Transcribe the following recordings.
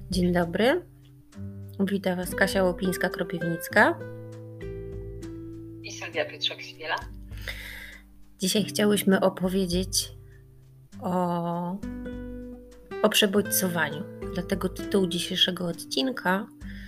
Dzień dobry, witam Was Kasia Łopińska-Kropiwnicka i Sylwia Pietrzak-Siwiela. Dzisiaj chciałyśmy opowiedzieć o przebodźcowaniu. Dlatego tytuł dzisiejszego odcinka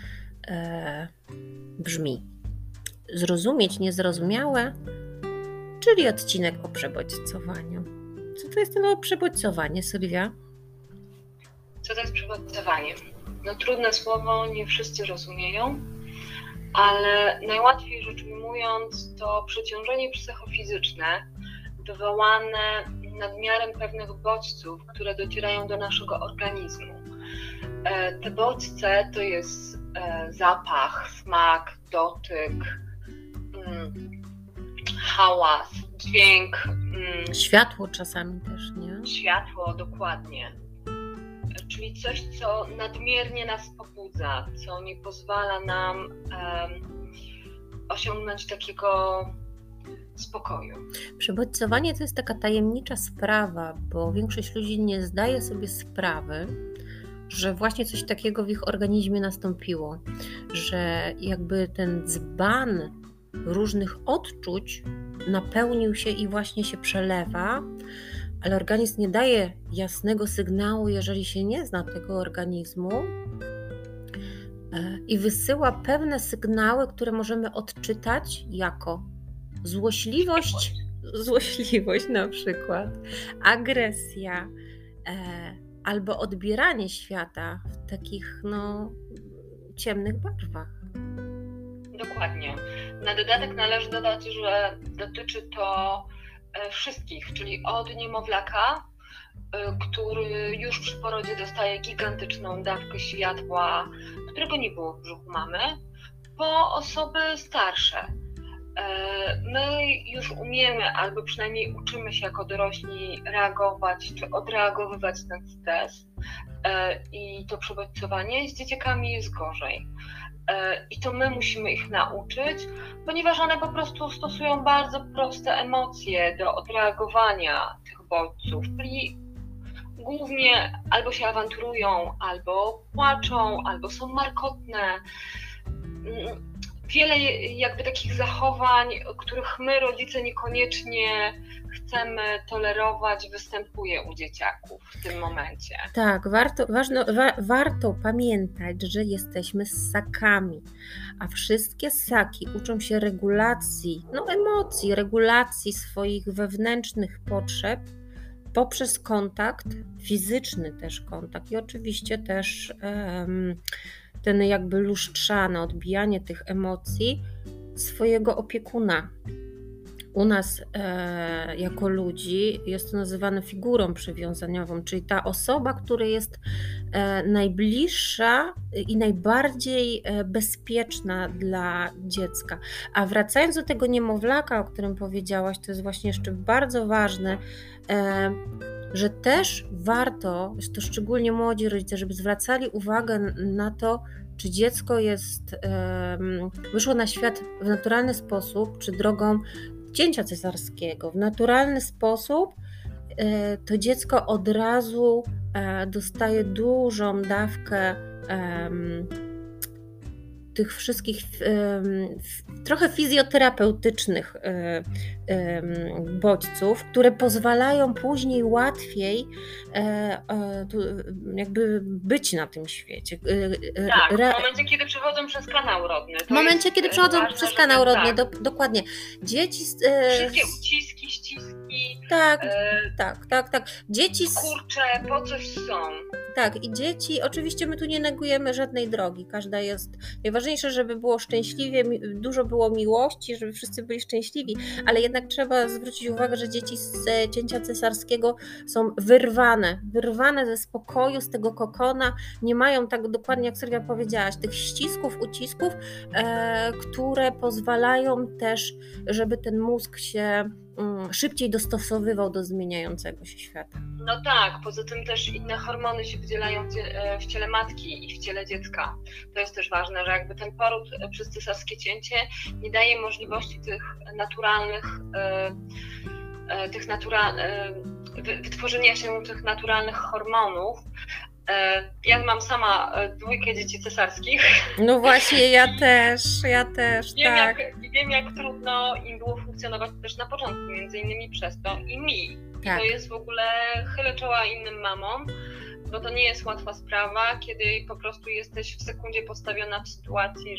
brzmi Zrozumieć niezrozumiałe, czyli odcinek o przebodźcowaniu. Co to jest to przebodźcowanie, Sylwia? Co to jest przebodźcowanie? Trudne słowo, nie wszyscy rozumieją, ale najłatwiej rzecz ujmując to przeciążenie psychofizyczne wywołane nadmiarem pewnych bodźców, które docierają do naszego organizmu. Te bodźce to jest zapach, smak, dotyk, hałas, dźwięk. Światło czasami też, nie? Światło, dokładnie. Czyli coś, co nadmiernie nas pobudza, co nie pozwala nam osiągnąć takiego spokoju. Przebodźcowanie to jest taka tajemnicza sprawa, bo większość ludzi nie zdaje sobie sprawy, że właśnie coś takiego w ich organizmie nastąpiło, że jakby ten dzban różnych odczuć napełnił się i właśnie się przelewa, ale organizm nie daje jasnego sygnału, jeżeli się nie zna tego organizmu i wysyła pewne sygnały, które możemy odczytać jako złośliwość na przykład, agresja albo odbieranie świata w takich ciemnych barwach. Dokładnie. Na dodatek należy dodać, że dotyczy to wszystkich, czyli od niemowlaka, który już przy porodzie dostaje gigantyczną dawkę światła, którego nie było w brzuchu mamy, po osoby starsze. My już umiemy, albo przynajmniej uczymy się jako dorośli reagować czy odreagowywać ten stres i to przebodźcowanie. Z dzieciakami jest gorzej. I to my musimy ich nauczyć, ponieważ one po prostu stosują bardzo proste emocje do odreagowania tych bodźców. Czyli głównie albo się awanturują, albo płaczą, albo są markotne. Wiele jakby takich zachowań, których my, rodzice, niekoniecznie chcemy tolerować, występuje u dzieciaków w tym momencie. Tak, warto pamiętać, że jesteśmy ssakami, a wszystkie ssaki uczą się regulacji, emocji, regulacji swoich wewnętrznych potrzeb poprzez kontakt, fizyczny też kontakt i oczywiście też ten jakby lustrzane odbijanie tych emocji swojego opiekuna. U nas jako ludzi jest to nazywane figurą przywiązaniową, czyli ta osoba, która jest najbliższa i najbardziej bezpieczna dla dziecka. A wracając do tego niemowlaka, o którym powiedziałaś, to jest właśnie jeszcze bardzo ważne, że też warto, to szczególnie młodzi rodzice, żeby zwracali uwagę na to, czy dziecko wyszło na świat w naturalny sposób, czy drogą cięcia cesarskiego. W naturalny sposób to dziecko od razu dostaje dużą dawkę tych wszystkich trochę fizjoterapeutycznych bodźców, które pozwalają później łatwiej jakby być na tym świecie. Tak, w momencie, kiedy przechodzą przez kanał rodny. Dokładnie. Dzieci... Wszystkie uciski, ściski. Tak. Dzieci... Kurcze, po coś są. Tak, i dzieci, oczywiście my tu nie negujemy żadnej drogi, każda jest, najważniejsze, żeby było szczęśliwie, dużo było miłości, żeby wszyscy byli szczęśliwi, ale jednak trzeba zwrócić uwagę, że dzieci z cięcia cesarskiego są wyrwane ze spokoju, z tego kokona, nie mają tak dokładnie, jak Sylwia powiedziałaś, tych ścisków, ucisków, które pozwalają też, żeby ten mózg się szybciej dostosowywał do zmieniającego się świata. No tak, poza tym też inne hormony się wydzielają w ciele matki i w ciele dziecka. To jest też ważne, że jakby ten poród przez cesarskie cięcie nie daje możliwości tych naturalnych wytworzenia się tych naturalnych hormonów, Ja mam sama 2 dzieci cesarskich. No właśnie, ja też, tak. Wiem, jak trudno im było funkcjonować też na początku, między innymi przez to i mi. Tak. I to jest w ogóle, chylę czoła innym mamom, bo to nie jest łatwa sprawa, kiedy po prostu jesteś w sekundzie postawiona w sytuacji,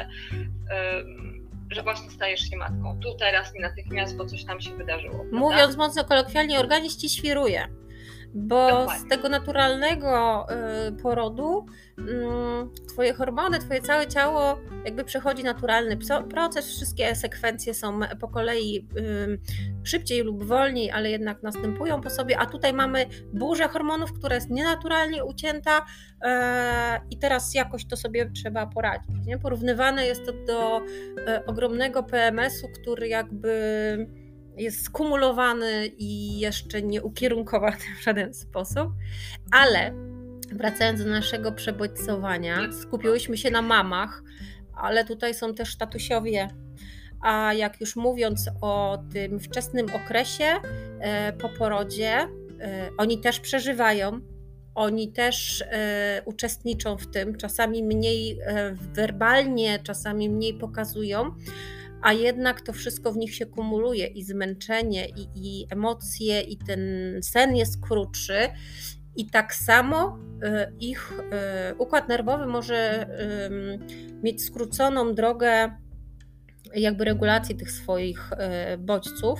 że właśnie stajesz się matką. Tu, teraz i natychmiast, bo coś tam się wydarzyło. Prawda? Mówiąc mocno kolokwialnie, organizm ci świruje. Bo dokładnie. Z tego naturalnego porodu twoje hormony, twoje całe ciało jakby przechodzi naturalny proces, wszystkie sekwencje są po kolei szybciej lub wolniej, ale jednak następują po sobie, a tutaj mamy burzę hormonów, która jest nienaturalnie ucięta i teraz jakoś to sobie trzeba poradzić. Nie? Porównywane jest to do ogromnego PMS-u, który jakby jest skumulowany i jeszcze nie ukierunkowany w żaden sposób, ale wracając do naszego przebodźcowania, skupiłyśmy się na mamach, ale tutaj są też tatusiowie, a jak już mówiąc o tym wczesnym okresie po porodzie, oni też przeżywają, oni też uczestniczą w tym, czasami mniej werbalnie, czasami mniej pokazują, a jednak to wszystko w nich się kumuluje i zmęczenie, i emocje, i ten sen jest krótszy. I tak samo ich układ nerwowy może mieć skróconą drogę jakby regulacji tych swoich bodźców.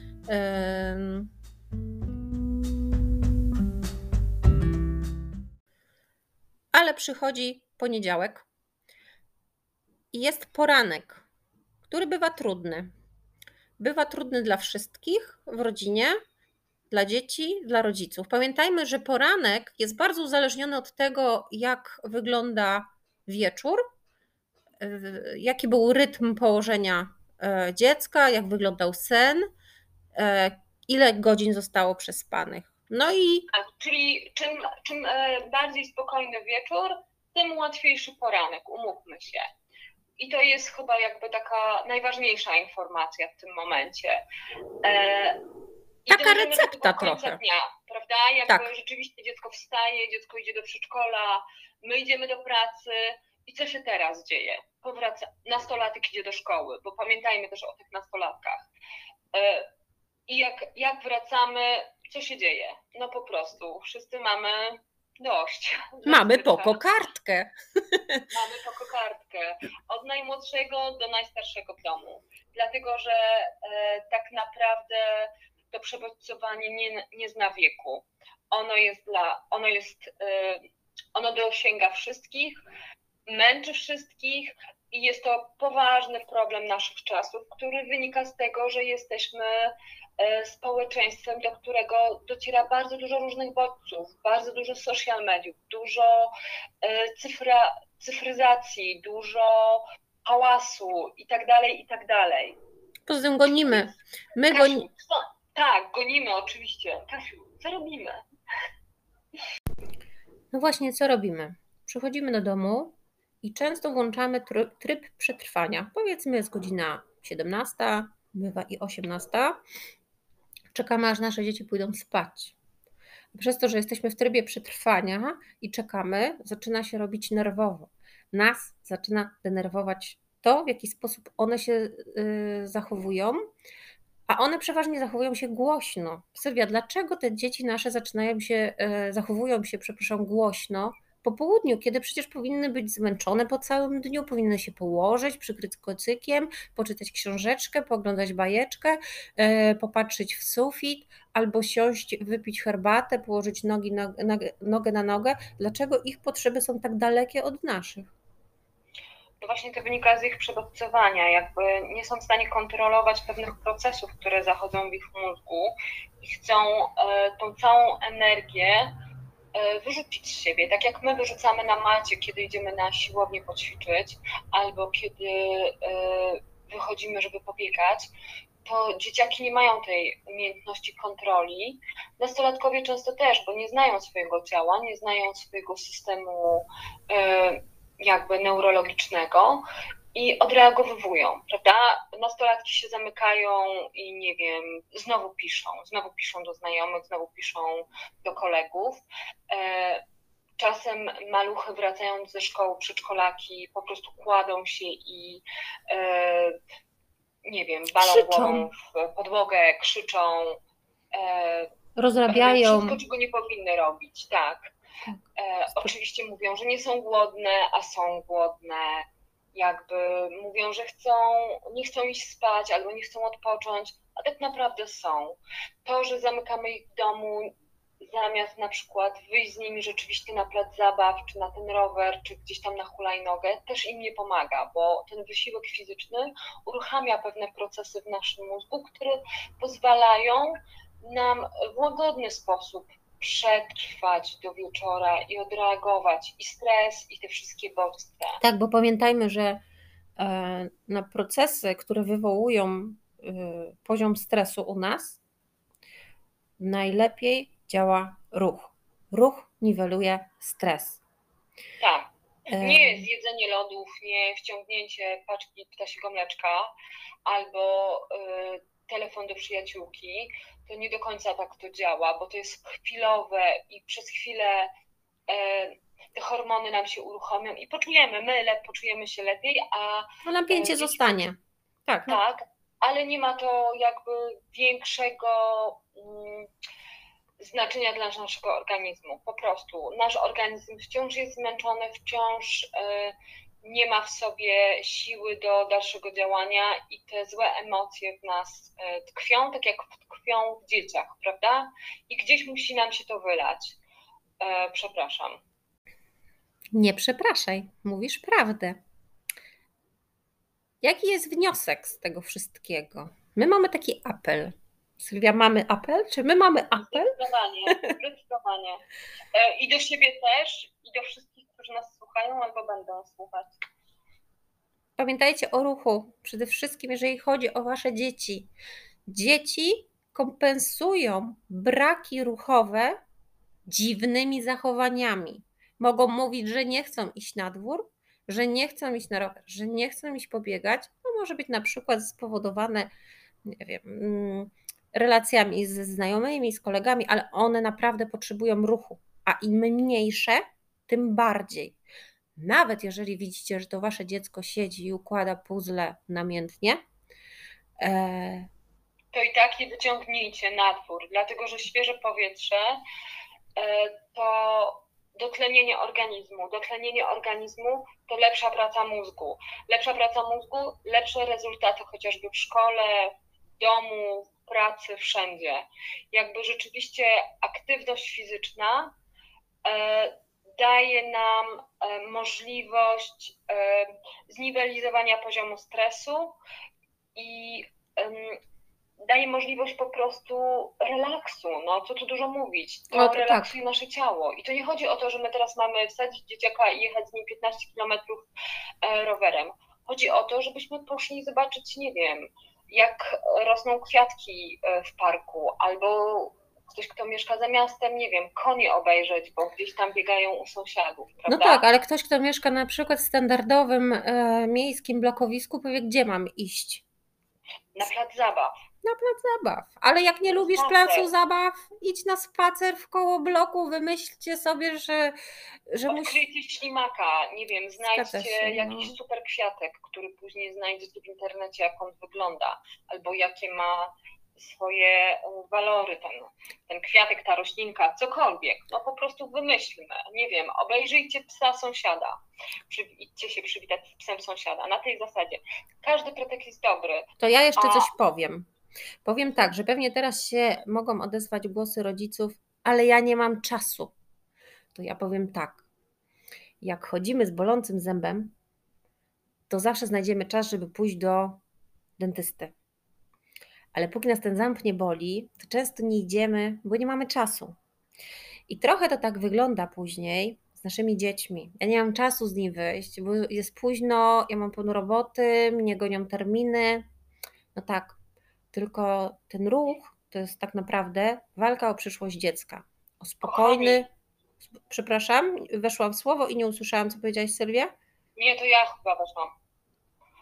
Ale przychodzi poniedziałek i jest poranek, który bywa trudny. Bywa trudny dla wszystkich w rodzinie, dla dzieci, dla rodziców. Pamiętajmy, że poranek jest bardzo uzależniony od tego, jak wygląda wieczór, jaki był rytm położenia dziecka, jak wyglądał sen, ile godzin zostało przespanych. No i... Czyli czym bardziej spokojny wieczór, tym łatwiejszy poranek, umówmy się. I to jest chyba jakby taka najważniejsza informacja w tym momencie. Taka recepta trochę. Dnia, prawda? Jakby rzeczywiście dziecko wstaje, dziecko idzie do przedszkola, my idziemy do pracy i co się teraz dzieje? Nastolatek idzie do szkoły, bo pamiętajmy też o tych nastolatkach. I jak wracamy, co się dzieje? No po prostu wszyscy mamy dość. Mamy pokokardkę. Mamy pokokardkę. Od najmłodszego do najstarszego w domu. Dlatego, że tak naprawdę to przebodźcowanie nie zna wieku. Ono dosięga wszystkich, męczy wszystkich i jest to poważny problem naszych czasów, który wynika z tego, że jesteśmy społeczeństwem, do którego dociera bardzo dużo różnych bodźców, bardzo dużo social mediów, dużo cyfryzacji, dużo hałasu i tak dalej. Poza tym gonimy. Kasiu, tak, gonimy oczywiście. Kasiu, co robimy? No właśnie, co robimy? Przychodzimy do domu i często włączamy tryb przetrwania. Powiedzmy, jest godzina 17, bywa i 18. Czekamy, aż nasze dzieci pójdą spać. Przez to, że jesteśmy w trybie przetrwania i czekamy, zaczyna się robić nerwowo. Nas zaczyna denerwować to, w jaki sposób one się zachowują, a one przeważnie zachowują się głośno. Sylwia, dlaczego te dzieci nasze zachowują się głośno po południu, kiedy przecież powinny być zmęczone po całym dniu, powinny się położyć, przykryć kocykiem, poczytać książeczkę, pooglądać bajeczkę, popatrzeć w sufit, albo siąść, wypić herbatę, położyć nogę na nogę. Dlaczego ich potrzeby są tak dalekie od naszych? To właśnie to wynika z ich przebodźcowania, jakby nie są w stanie kontrolować pewnych procesów, które zachodzą w ich mózgu i chcą tą całą energię wyrzucić z siebie, tak jak my wyrzucamy na macie, kiedy idziemy na siłownię poćwiczyć, albo kiedy wychodzimy, żeby pobiegać, to dzieciaki nie mają tej umiejętności kontroli. Nastolatkowie często też, bo nie znają swojego ciała, nie znają swojego systemu jakby neurologicznego i odreagowują, prawda? Nastolatki się zamykają i nie wiem, znowu piszą do znajomych, znowu piszą do kolegów. Czasem maluchy, wracając ze szkoły, przedszkolaki po prostu kładą się i nie wiem, balą głową Krzyczą, w podłogę, krzyczą, robią rozrabiają. wszystko, czego nie powinny robić, tak. Tak. Oczywiście mówią, że nie są głodne, a są głodne. Jakby mówią, że nie chcą iść spać albo nie chcą odpocząć, a tak naprawdę są. To, że zamykamy ich w domu, zamiast na przykład wyjść z nimi rzeczywiście na plac zabaw, czy na ten rower, czy gdzieś tam na hulajnogę, też im nie pomaga, bo ten wysiłek fizyczny uruchamia pewne procesy w naszym mózgu, które pozwalają nam w łagodny sposób przetrwać do wieczora i odreagować i stres, i te wszystkie bodźce. Tak, bo pamiętajmy, że na procesy, które wywołują poziom stresu u nas, najlepiej działa ruch. Ruch niweluje stres. Tak. Nie zjedzenie lodów, nie wciągnięcie paczki ptasiego mleczka albo telefon do przyjaciółki, to nie do końca tak to działa, bo to jest chwilowe i przez chwilę te hormony nam się uruchomią i poczujemy się lepiej, a napięcie zostanie. Tak, no. tak, ale nie ma to jakby większego znaczenia dla naszego organizmu. Po prostu nasz organizm wciąż jest zmęczony, wciąż nie ma w sobie siły do dalszego działania i te złe emocje w nas tkwią, tak jak tkwią w dzieciach, prawda? I gdzieś musi nam się to wylać. Przepraszam. Nie przepraszaj, mówisz prawdę. Jaki jest wniosek z tego wszystkiego? My mamy taki apel. Sylwia, mamy apel? Czy my mamy apel? Zdecydowanie. I do siebie też, i do wszystkich, którzy nas słuchają albo będą słuchać. Pamiętajcie o ruchu. Przede wszystkim, jeżeli chodzi o wasze dzieci. Dzieci kompensują braki ruchowe dziwnymi zachowaniami. Mogą mówić, że nie chcą iść na dwór, że nie chcą iść na rower, że nie chcą iść pobiegać. To może być na przykład spowodowane, nie wiem, relacjami ze znajomymi, z kolegami, ale one naprawdę potrzebują ruchu. A im mniejsze, tym bardziej. Nawet jeżeli widzicie, że to wasze dziecko siedzi i układa puzzle namiętnie, to i tak je wyciągnijcie na dwór, dlatego że świeże powietrze to dotlenienie organizmu. Dotlenienie organizmu to lepsza praca mózgu. Lepsza praca mózgu, lepsze rezultaty chociażby w szkole, w domu, w pracy, wszędzie. Jakby rzeczywiście aktywność fizyczna daje nam możliwość zniwelizowania poziomu stresu i daje możliwość po prostu relaksu, no co tu dużo mówić, to relaksuje nasze ciało i to nie chodzi o to, że my teraz mamy wsadzić dzieciaka i jechać z nim 15 km rowerem. Chodzi o to, żebyśmy poszli zobaczyć, nie wiem, jak rosną kwiatki w parku, albo ktoś, kto mieszka za miastem, nie wiem, konie obejrzeć, bo gdzieś tam biegają u sąsiadów, prawda? No tak, ale ktoś, kto mieszka na przykład w standardowym miejskim blokowisku, powie, gdzie mam iść? Na plac zabaw. Na plac zabaw. Ale jak nie lubisz placu zabaw, idź na spacer w koło bloku, wymyślcie sobie, że odkryjcie ślimaka, nie wiem, znajdźcie jakiś super kwiatek, który później znajdziecie w internecie, jak on wygląda, albo jakie ma swoje walory ten kwiatek, ta roślinka, cokolwiek. No po prostu wymyślmy, nie wiem, obejrzyjcie psa sąsiada, idźcie się przywitać z psem sąsiada, na tej zasadzie. Każdy pretekst jest dobry. To ja jeszcze coś powiem. Powiem tak, że pewnie teraz się mogą odezwać głosy rodziców, ale ja nie mam czasu. To ja powiem tak, jak chodzimy z bolącym zębem, to zawsze znajdziemy czas, żeby pójść do dentysty. Ale póki nas ten ząb nie boli, to często nie idziemy, bo nie mamy czasu. I trochę to tak wygląda później z naszymi dziećmi. Ja nie mam czasu z nimi wyjść, bo jest późno, ja mam pełno roboty, mnie gonią terminy. No tak, tylko ten ruch to jest tak naprawdę walka o przyszłość dziecka. O spokojny... Przepraszam, weszłam w słowo i nie usłyszałam, co powiedziałaś, Sylwia? Nie, to ja chyba weszłam.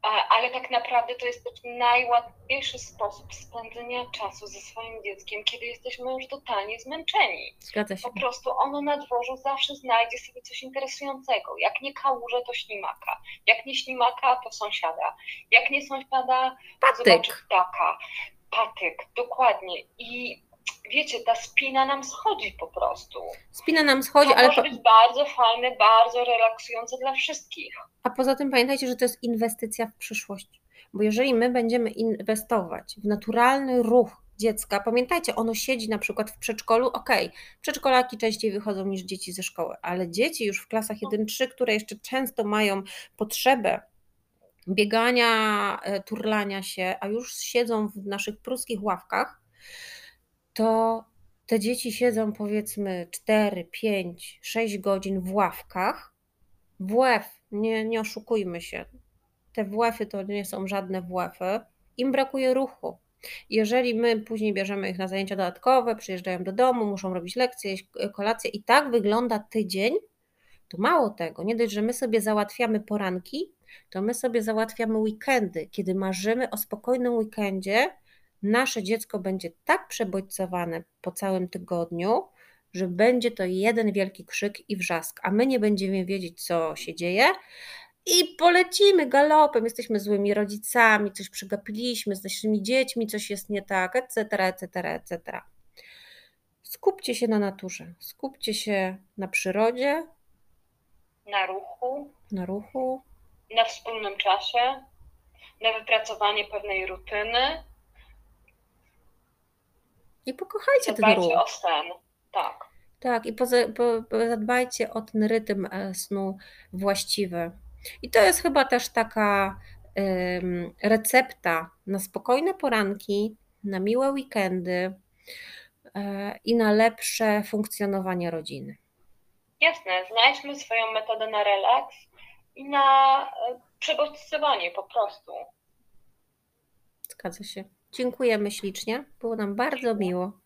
Ale tak naprawdę to jest też najłatwiejszy sposób spędzenia czasu ze swoim dzieckiem, kiedy jesteśmy już totalnie zmęczeni. Zgadza się. Po prostu ono na dworzu zawsze znajdzie sobie coś interesującego. Jak nie kałużę, to ślimaka. Jak nie ślimaka, to sąsiada. Jak nie sąsiada, to zobaczy Patyk. ptaka. Patyk, dokładnie. I wiecie, ta spina nam schodzi po prostu. Spina nam schodzi, To ale może być bardzo fajne, bardzo relaksujące dla wszystkich. a poza tym pamiętajcie, że to jest inwestycja w przyszłość. Bo jeżeli my będziemy inwestować w naturalny ruch dziecka, pamiętajcie, ono siedzi na przykład w przedszkolu, przedszkolaki częściej wychodzą niż dzieci ze szkoły, ale dzieci już w klasach 1-3, które jeszcze często mają potrzebę biegania, turlania się, a już siedzą w naszych pruskich ławkach, to te dzieci siedzą powiedzmy 4, 5, 6 godzin w ławkach. WF, nie oszukujmy się, te WF-y to nie są żadne WF-y, im brakuje ruchu. Jeżeli my później bierzemy ich na zajęcia dodatkowe, przyjeżdżają do domu, muszą robić lekcje, jeść kolację i tak wygląda tydzień, to mało tego, nie dość, że my sobie załatwiamy poranki, to my sobie załatwiamy weekendy. Kiedy marzymy o spokojnym weekendzie, nasze dziecko będzie tak przebodźcowane po całym tygodniu, że będzie to jeden wielki krzyk i wrzask, a my nie będziemy wiedzieć, co się dzieje i polecimy galopem, jesteśmy złymi rodzicami, coś przegapiliśmy z naszymi dziećmi, coś jest nie tak, etc., etc., etc. Skupcie się na naturze, skupcie się na przyrodzie, Na ruchu, na na wspólnym czasie, na wypracowanie pewnej rutyny. i pokochajcie ten Zadbajcie ruch. o sen. Tak. Tak, i zadbajcie o ten rytm snu właściwy. I to jest chyba też taka recepta na spokojne poranki, na miłe weekendy i na lepsze funkcjonowanie rodziny. Jasne, znajdźmy swoją metodę na relaks i na przebodźcowanie po prostu. Zgadza się. Dziękujemy ślicznie. Było nam bardzo miło.